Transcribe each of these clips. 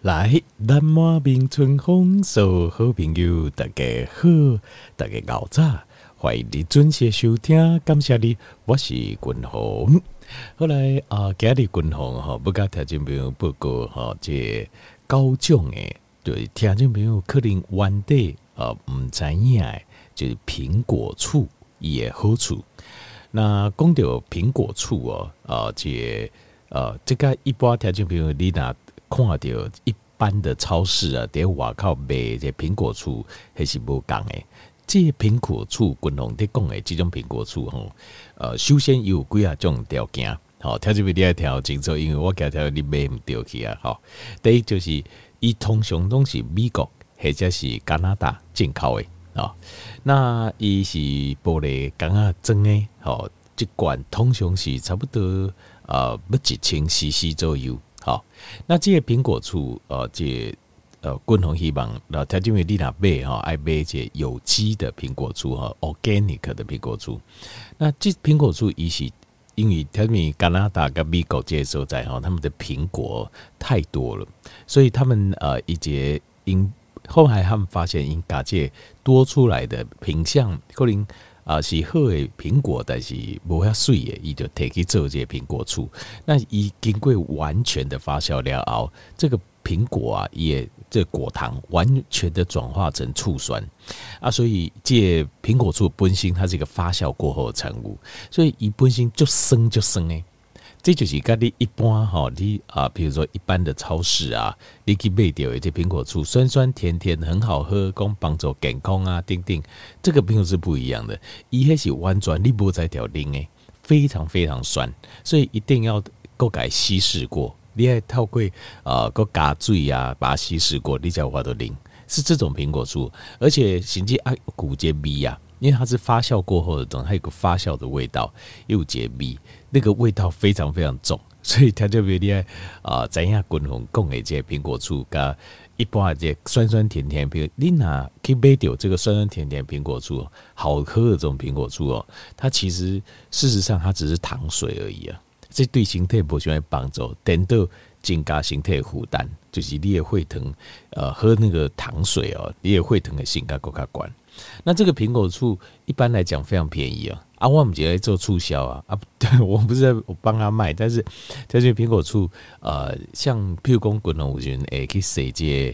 来，南满面春风，所有好朋友大家好，大家熬早，欢迎你准时收听，感谢你，我是君鸿。后来今日君鸿不甲听众朋友报告这高种的，对听众朋友可能原底唔知影的，就是苹果醋伊的好处。那讲到苹果醋这个一般听众朋友你若看到一般的超市啊，在外口卖这苹果醋还是无共的。这苹果醋，君鸿在讲的这种苹果醋首先有几啊种条件，听众朋友你要听清楚，因为我惊你买唔到去啊。第一就是伊通常都是美国或者是加拿大进口的那伊是玻璃缸啊装的一罐通常是差不多要1000cc 左右。好，那这个苹果醋君鸿希望听众朋友你若买爱买这有机的苹果醋organic 的苹果醋。那这苹果醋伊是因为听众朋友加拿大跟美国这些所在他们的苹果太多了，所以他们后来他们发现因把这多出来的品相可能是好的苹果，但是无遐水的，伊就摕去做这苹果醋。那伊经过完全的发酵了后，这个苹果也这果糖完全的转化成醋酸所以这苹果醋本身它是一个发酵过后的产物，所以伊本身就酸的。这就是跟你一般你比如说一般的超市你去买到的这苹果醋酸酸甜甜很好喝，讲帮助健康等等，这个苹果是不一样的，伊迄是完全你无在调啉的，非常非常酸，所以一定要够改稀释过，你要透过够加水把它稀释过，你才有法度啉，是这种苹果醋，而且甚至有一个味因为它是发酵过后的它有个发酵的味道，又有一个味，那个味道非常非常重，所以听众朋友你知影君鸿讲的这苹果醋跟一般的这酸酸甜甜苹果，你若去买到这个酸酸甜甜苹果醋好喝的这种苹果醋它其实事实上它只是糖水而已这对身体没什么帮助，等到增加身体的负担，就是你的血糖喝那个糖水你的血糖的性格更加高。那这个苹果醋一般来讲非常便宜我们在做促销我不是在帮他卖，但是在这苹果醋像譬如讲君鸿有时会去踅这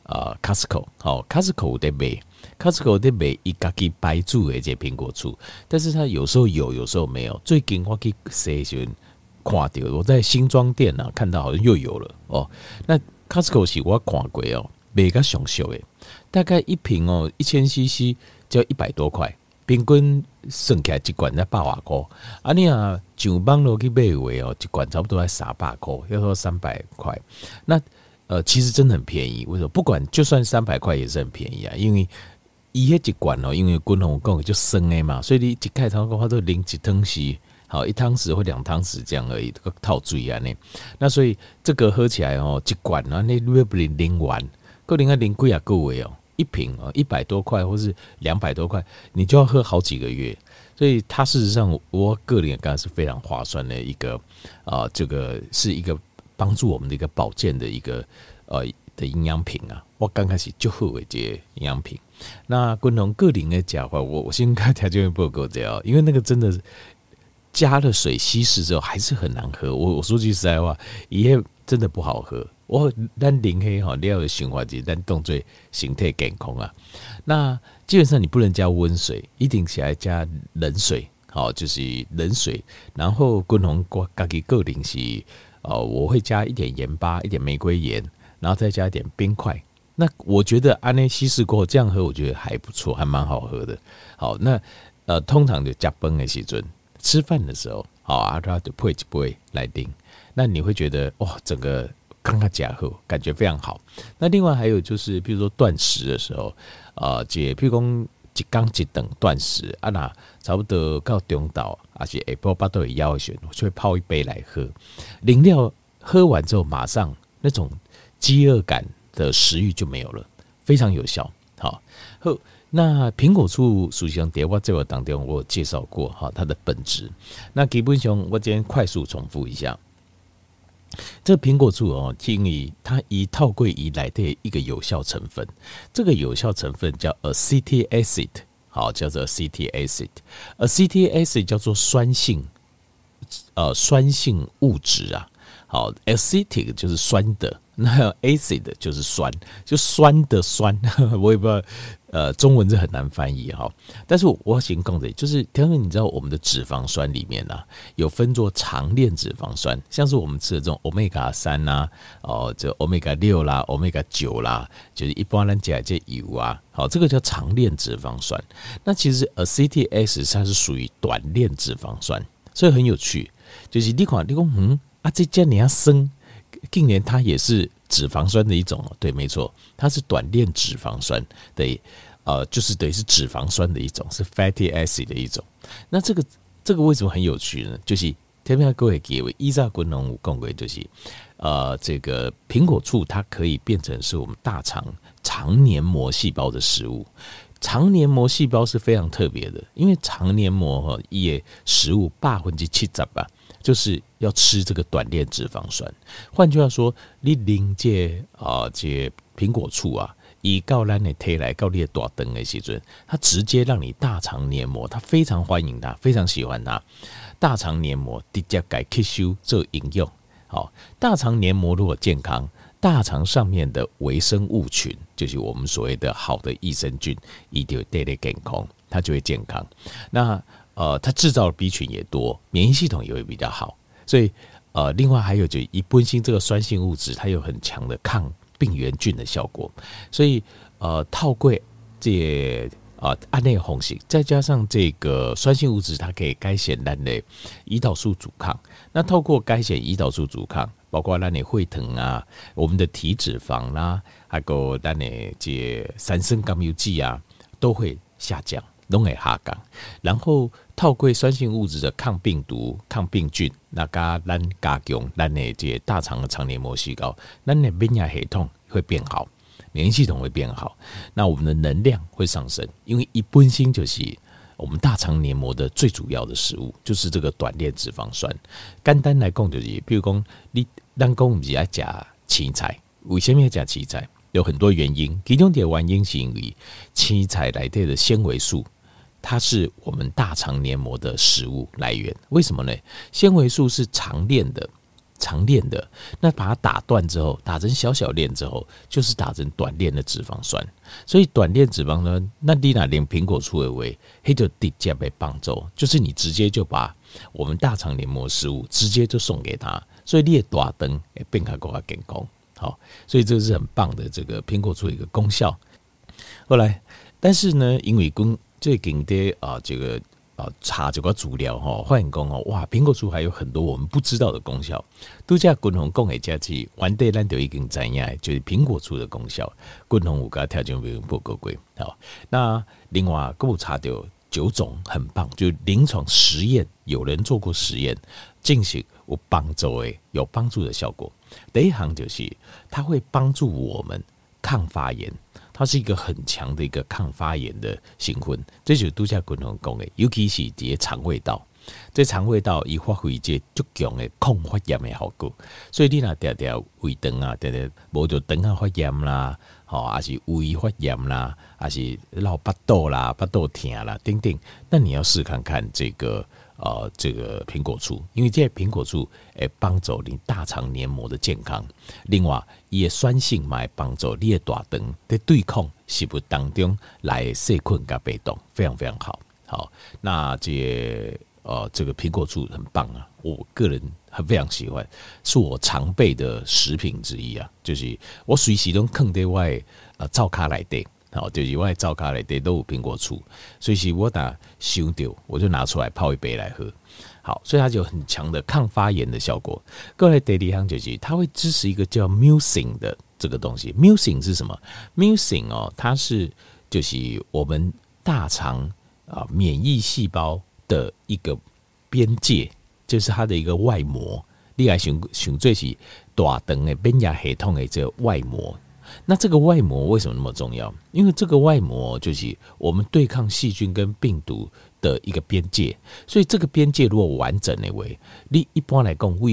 Costco 在卖 Costco 在卖伊家己摆煮的这苹果醋，但是它有时候有，有时候没有。最近我去踅时看到，我在新庄店看到好像又有了那 Costco 是我看过卖较上俗的，大概一瓶1000cc 就要100多块，平均算起来一罐才100多块你上网路去买的一罐差不多要300块，要说300块。那其实真的很便宜，为什么？不管就算300块也是很便宜因为伊迄一罐因为君鸿讲就酸的嘛，所以你一开头的话都淋1汤匙。好，1汤匙或2汤匙这样而已，套水那所以这个喝起来一罐你不能淋完，可能要淋几个月一瓶100多块或是200多块，你就要喝好几个月。所以它事实上我个人感觉是非常划算的一个这个是一个帮助我们的一个保健的一个的营养品我刚开始就好的这营养品。那君鸿个人的讲法，我先跟条件报告这样，因为那个真的是加了水稀释之后还是很难喝。我说句实在话，也真的不好喝。咱啉迄你要有想法是咱当作身体健康那基本上你不能加温水，一定是要加冷水就是冷水。然后君鸿我自己个人是我会加一点盐巴，一点玫瑰盐，然后再加一点冰块。那我觉得安尼稀释过后这样喝，我觉得还不错，还蛮好喝的。好，那通常就加饭的时阵，吃饭的时候它就配一杯来啉，那你会觉得哇，整个刚刚加好，感觉非常好。那另外还有就是，比如说断食的时候，譬如讲一天一顿断食那差不多到中昼，而且下晡8点要选，我就会泡一杯来喝。饮料喝完之后，马上那种饥饿感的食欲就没有了，非常有效。好，那苹果醋属性在我这个当中我有介绍过它的本质。那基本上我今天快速重复一下。 这个苹果醋哦，因为它以套柜以来的一个有效成分，这个有效成分叫 acetic acid， 好，叫做 acetic acid。acetic acid 叫做酸性物质啊。好 ，acetic 就是酸的，那 acid 就是酸，就酸的酸，我也不知道，中文是很难翻译哈。但是我先讲的，就是天哥，你知道我们的脂肪酸里面啊，有分作长链脂肪酸，像是我们吃的这种 omega 3啦，这 omega 6啦，omega 9啦，就是一般人讲这油啊，好，这个叫长链脂肪酸。那其实 acetic acid 它是属于短链脂肪酸，所以很有趣，就是你看，这家你要生，近年它也是脂肪酸的一种，对，没错，它是短链脂肪酸的，就是等于是脂肪酸的一种，是 fatty acid 的一种。那这个为什么很有趣呢？就是特别各位给我依照滚龙共轨，就是这个苹果醋它可以变成是我们大肠肠黏膜细胞的食物。肠黏膜细胞是非常特别的，因为肠黏膜也食物70%吧。就是要吃这个短链脂肪酸，换句话说，你啉这苹果醋啊，以到咱的体内到你的大肠的时阵，它直接让你大肠黏膜，它非常欢迎它，非常喜欢它，大肠黏膜直接给吸收做营养。好，大肠黏膜如果健康，大肠上面的微生物群，就是我们所谓的好的益生菌，一定会得健康，它就会健康。那它制造的 B 群也多，免疫系统也会比较好，所以另外还有就一般性这个酸性物质，它有很强的抗病原菌的效果，所以套柜这胺类红型，再加上这个酸性物质，它可以改善咱的胰岛素阻抗。那透过改善胰岛素阻抗，包括咱的血糖啊，我们的体脂肪啦，还有咱的这三酸甘油酯啊，都会下降。都会下降，然后透过酸性物质的抗病毒、抗病菌，那加强咱的这大肠的肠黏膜细胞，咱的免疫系统会变好，免疫系统会变好，那我们的能量会上升，因为一本身就是我们大肠黏膜的最主要的食物，就是这个短链脂肪酸。简单来讲就是，比如讲咱讲不是要吃青菜，为什么要吃青菜？有很多原因，其中一个原因是因为青菜里面的纤维素。它是我们大肠黏膜的食物来源，为什么呢？纤维素是长链的，那把它打断之后，打成小链之后，就是打成短链的脂肪酸。所以短链脂肪酸，那你拿连苹果醋的味，它就直接被帮助，就是你直接就把我们大肠黏膜食物直接就送给他，所以你的大肠会变得更加健康。好，所以这是很棒的这个苹果醋的一个功效。后来，但是呢，因为最近的这个查这个资料哈，发现讲哇，苹果醋还有很多我们不知道的功效。都在滚红讲的价值，完day咱就已经知影，就是苹果醋的功效。滚红有个条件没有报告过。好，那另外还有查到9种很棒，就临床实验，有人做过实验，进行有帮助的效果。第一行就是它会帮助我们抗发炎。它是一个很强的一个抗发炎的成分，这就是都在滚红讲的，尤其是在肠胃道，这肠胃道它发挥这足强的抗发炎的效果，所以你若常常胃肠啊，常常无就肠啊发炎啦，还是胃发炎啦，还是闹巴肚啦、巴肚痛啦等等，那你要试看看这个苹果醋，因为这苹果醋会帮助你大肠黏膜的健康。另外，它的酸性嘛会帮助你的大肠在对抗食物当中来的细菌跟病毒，非常非常好。好，那这个苹果醋很棒啊，我个人非常喜欢，是我常备的食品之一啊。就是我随时都放在我的灶卡内底。好，就是我的灶卡里底都有苹果醋，所以是我打想到我就拿出来泡一杯来喝。好，所以它就有很强的抗发炎的效果。过来第二项就是它会支持一个叫 mucin 的这个东西。mucin 是什么 ？mucin 它是就是我们大肠免疫细胞的一个边界，就是它的一个外膜。你来想做是大肠的免疫系统的这个外膜。那这个外膜为什么那么重要？因为这个外膜就是我们对抗细菌跟病毒的一个边界，所以这个边界如果完整的话，你一般来讲为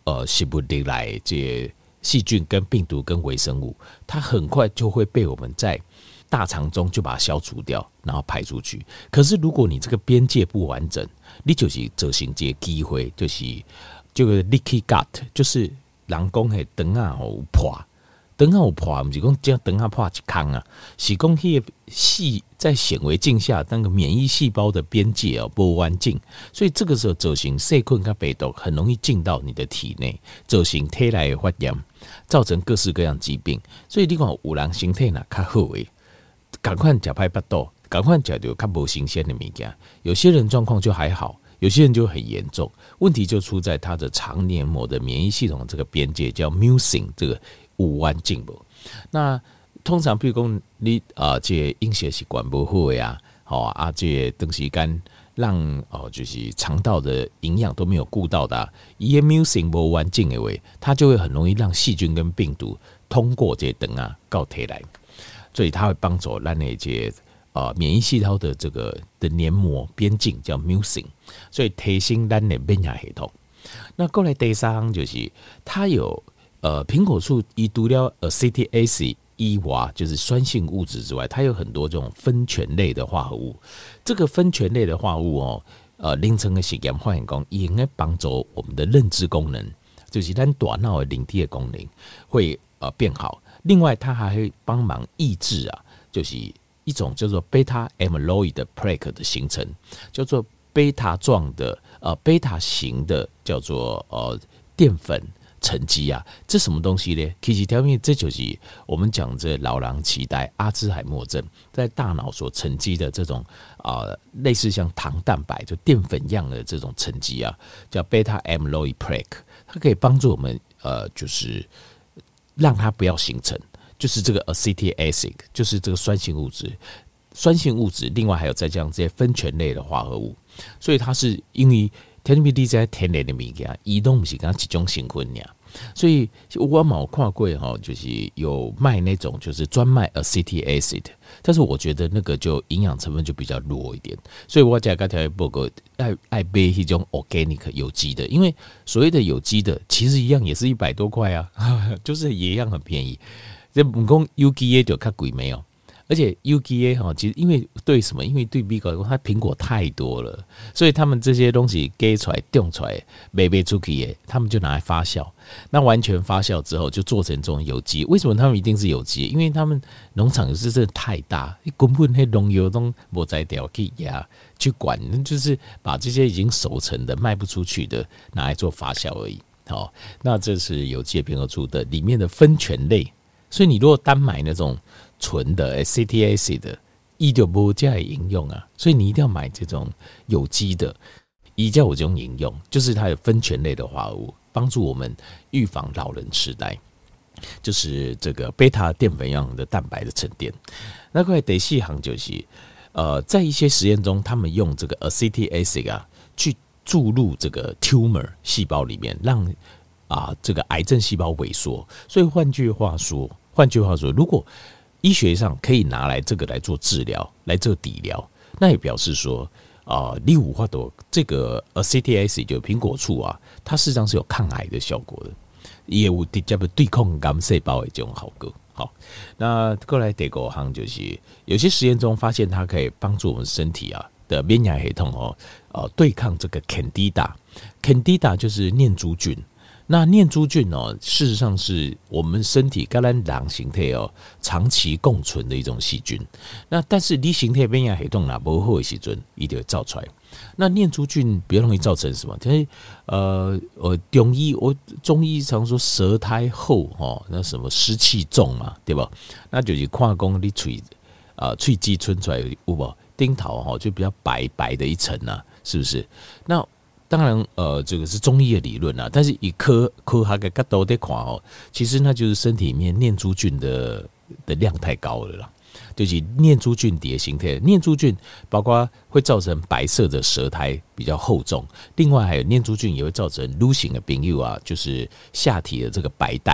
食物里来这细菌跟病毒跟微生物，它很快就会被我们在大肠中就把它消除掉，然后排出去。可是如果你这个边界不完整，你就是造成这个机会，就是这个 leaky gut， 就是人讲的肠啊有破，肠啊有破，不是讲这肠啊破一坑啊，是讲那个细在显微镜下那个免疫细胞的边界不完整，所以这个时候造成细菌跟病毒很容易进到你的体内，造成体内的发炎，造成各式各样疾病。所以你看有人身体哪较好的，赶快吃歹巴肚，赶快吃到较无新鲜的物件。有些人状况就还好，有些人就很严重。问题就出在他的肠黏膜的免疫系统这个边界叫 mucin， 这个有完整无。那通常，比如讲你这饮食习惯不好呀，这长时间让就是肠道的营养都没有顾到的，伊 mucin 不完整的话，它就会很容易让细菌跟病毒通过这肠啊到体来。所以它会帮助咱的这免疫细胞的这个的黏膜边境叫 mucin， 所以提升咱的免疫系统。那过来第三项就是它有苹果醋伊除了acetic acid 以外，就是酸性物质之外，它有很多这种酚醛类的化合物。这个酚醛类的化合物临床的实验发现讲，也能够帮助我们的认知功能，就是咱大脑的认知的功能会变好。另外，它还会帮忙抑制就是一种叫做 beta amyloid plaque 的形成，叫做贝塔状的贝塔型的叫做淀粉沉积啊。这什么东西呢？其实条面这就是我们讲这老人痴呆、阿兹海默症在大脑所沉积的这种类似像糖蛋白就淀粉样的这种沉积啊，叫 beta amyloid plaque， 它可以帮助我们就是让它不要形成，就是这个 acetic acid， 就是这个酸性物质。酸性物质，另外还有再加上这些酚醛类的化合物，所以它是因为天地在天然的物件，移动不是跟它一种成分呀。所以我冇看过就是有卖那种就是专卖 acetic acid， 但是我觉得那个就营养成分就比较弱一点，所以我才刚才报告爱买一种 organic 有机的，因为所谓的有机的其实一样也是100多块啊，就是也一样很便宜。这不讲有机的就较贵没有。而且 UGA 其实因为对什么？因为对美国它苹果太多了，所以他们这些东西给出来、冻出来、卖出去，他们就拿来发酵。那完全发酵之后，就做成这种有机。为什么他们一定是有机？因为他们农场是真的太大，根本那农药都没在掉去压去管，就是把这些已经熟成的卖不出去的拿来做发酵而已。好，那这是有机的苹果醋的里面的酚醛类。所以你如果单买那种纯的 acetic acid 的，它就没这样的营养啊，所以你一定要买这种有机的，它才有这种营养，就是它有酚醛类的化合物，帮助我们预防老人痴呆，就是这个贝塔淀粉样的蛋白的沉淀。那个第四项就是在一些实验中，他们用这个 acetic acid 去注入这个 tumor 细胞里面，让这个癌症细胞萎缩。所以换句话说，如果医学上可以拿来这个来做治疗，来做底疗，那也表示说你有法度这个 acetic acid 就苹果醋它事实上是有抗癌的效果的，也有直接对抗癌细胞的这种效果。好，那过来第五项就是有些实验中发现它可以帮助我们身体的免疫系统对抗这个 Candida 就是念珠菌。那念珠菌事实上是我们身体跟咱人形态长期共存的一种细菌。那但是你形态免疫系统哪不好的时阵，它就会造出来。那念珠菌比较容易造成什么？因为中医常说舌苔厚那什么湿气重嘛，对吧？那就是看讲你喙肌存出来有无顶头就比较白的一层是不是？那当然，这个是中医的理论但是以科学的角度来看其实那就是身体里面念珠菌的量太高了啦。就是念珠菌的形态，念珠菌包括会造成白色的舌苔比较厚重，另外还有念珠菌也会造成 Lu 型的朋友就是下体的这个白带。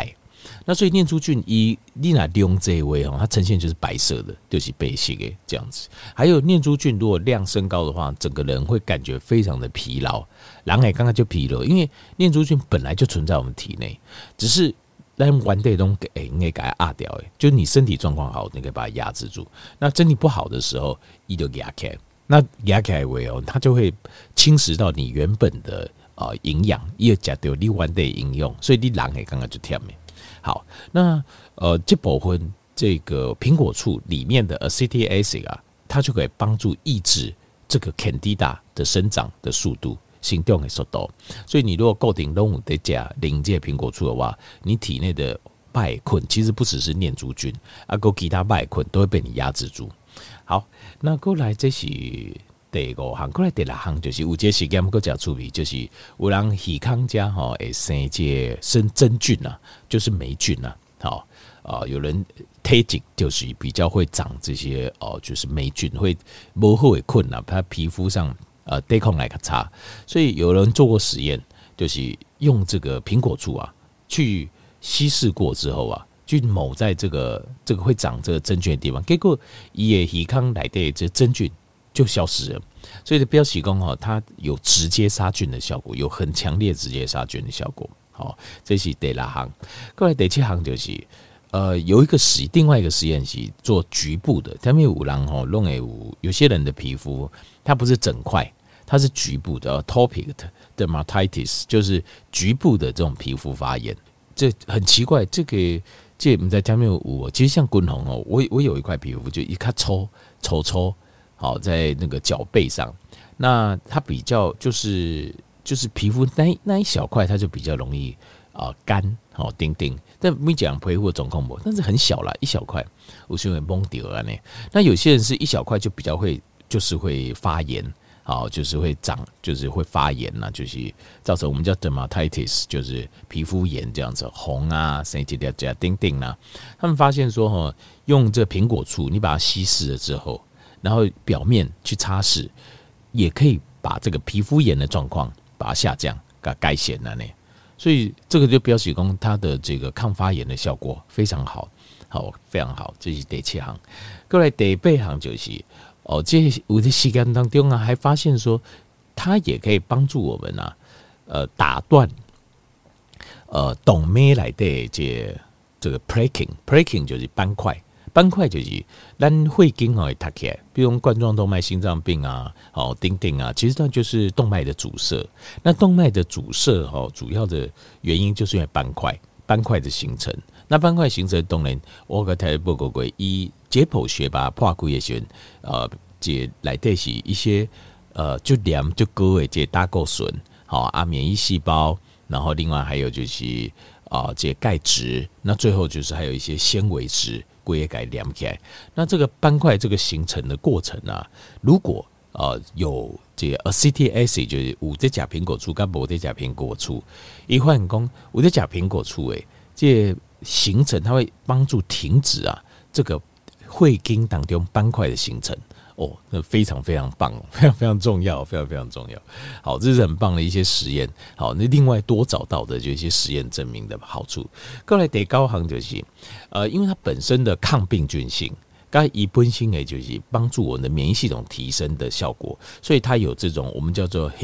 那所以念珠菌你若利用这一位它呈现就是白色的，就是白色的这样子。还有念珠菌如果量升高的话，整个人会感觉非常的疲劳，人也刚刚就疲劳，因为念珠菌本来就存在我们体内，只是咱原地都应该给它压掉，就是你身体状况好，你可以把它压制住。那身体不好的时候，它就压起来，那压起来为它就会侵蚀到你原本的营养，也吃到你原地营养，所以你人也刚刚就甜的。好，那这部分这个苹果醋里面的 acetic acid 啊，它就可以帮助抑制这个 candida 的生长的速度。行动的速度，所以你如果固定都有在吃零这苹果醋的话，你体内的败菌其实不只是念珠菌，其他败菌都会被你压制住。好，那过来这是第5项，过来第6项就是有这实验搁较趣味，就是有人耳康家会生真菌啊，就是霉菌啊，好有人体质就是比较会长这些就是霉菌，会不好的菌啊，他皮肤上。对抗来较差，所以有人做过实验，就是用这个苹果醋啊，去稀释过之后啊，去抹在这个会长这个真菌的地方，结果伊的耳康内的这真菌就消失了。所以的标示讲它有直接杀菌的效果，有很强烈直接杀菌的效果。好，这是第6项。过来第7项就是。有另外一个实验是做局部的，他们有人弄有些人的皮肤，它不是整块，它是局部的 atopic dermatitis， 就是局部的这种皮肤发炎。这很奇怪，这不在下面有，其实像滚红我有一块皮肤就一看抽，好在那个脚背上，那它比较就是皮肤那一小块，它就比较容易干丁，但没讲皮肤的状况不，但是很小啦，一小块，有些人懵掉了呢。那有些人是一小块就比较会，就是会发炎，就是会长，就是会发炎啦，就是造成我们叫 dermatitis， 就是皮肤炎这样子，红啊，生几条丁啊。他们发现说用这苹果醋，你把它稀释了之后，然后表面去擦拭，也可以把这个皮肤炎的状况把它下降，给它改善了呢。所以这个就表示说它的这个抗发炎的效果非常好，非常好。这是第7项。过来第8项就是这有的实验当中啊，还发现说它也可以帮助我们打断动脉内的这个 breaking 就是斑块就是咱血经会塌起来，比如冠状动脉心脏病啊，丁啊，其实它就是动脉的阻塞。那动脉的阻塞主要的原因就是因为斑块的形成。那斑块形成当然，我刚才报告过，以解剖学把它破开的时候，这内底是一些就黏就高的这胆固醇，免疫细胞，然后另外还有就是这钙质，那最后就是还有一些纤维质。归也改连起来，那这个斑块这个形成的过程啊，如果有这 acetic acid， 就是有在加苹果醋跟无在加苹果醋，一换讲有在加苹果醋这形成它会帮助停止这个血经当中斑块的形成。那非常非常棒，非常非常重要，非常非常重要。好，这是很棒的一些实验。好，那另外多找到的就一些实验证明的好处。过来第9项就是，因为它本身的抗病菌性，它以本身就是帮助我们的免疫系统提升的效果，所以它有这种我们叫做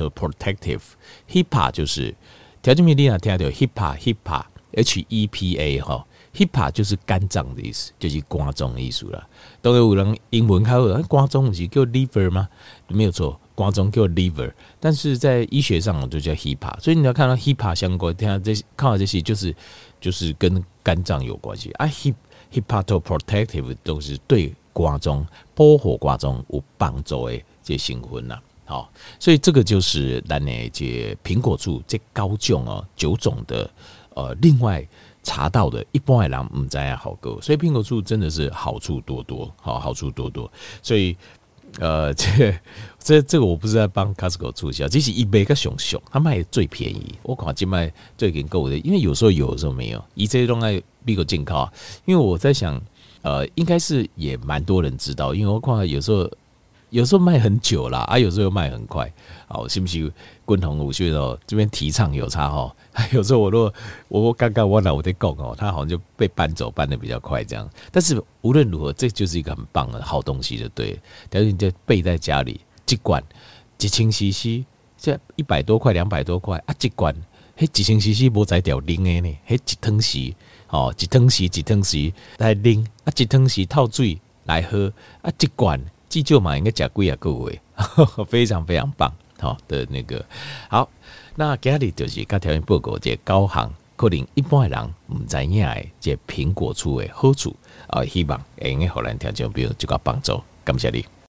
hepatoprotective。HEPA 就是条件面你听到 HEPA HEPA HEPA 就是肝脏的意思，就是肝脏的意思啦。当然有人英文较好，肝脏不是叫 liver 吗？没有错，肝脏叫 liver， 但是在医学上就叫 HEPA。所以你要看到 HEPA 相关，看到这些就是跟肝脏有关系啊。Hepatoprotective 都是对肝脏保护肝脏有帮助的这成分啦。好，所以这个就是咱的这苹果醋这9种9种的另外。查到的，一般的人不知道好过，所以苹果醋真的是好处多多，好处多多。所以，这个我不是在帮 Costco 促销，这是一杯个熊，他卖的最便宜。我看今卖最近够的，因为有时候有，有时候没有。以这些东西比较健康，因为我在想，应该是也蛮多人知道，因为我看有时候有时候卖很久啦，有时候又卖很快，好，是不是？滚筒武学哦，这边提倡有差哦。有时候我刚刚我老在讲哦，他好像就被搬走，搬的比较快这样。但是无论如何，这就是一个很棒的好东西，就对了。但是你就备在家里，一罐1000cc，这100多块、200多块啊，一罐，迄1000cc 无才掉零的呢，迄一汤匙哦，一汤匙来啉啊，一汤匙套水来喝啊，一罐至少嘛应该吃几啊个月，非常非常棒。好的那个好，那今日就是甲条件报告这9项，可能一般的人唔知影的这苹果醋的好处啊，希望会用互咱听众朋友一个帮助，感谢你。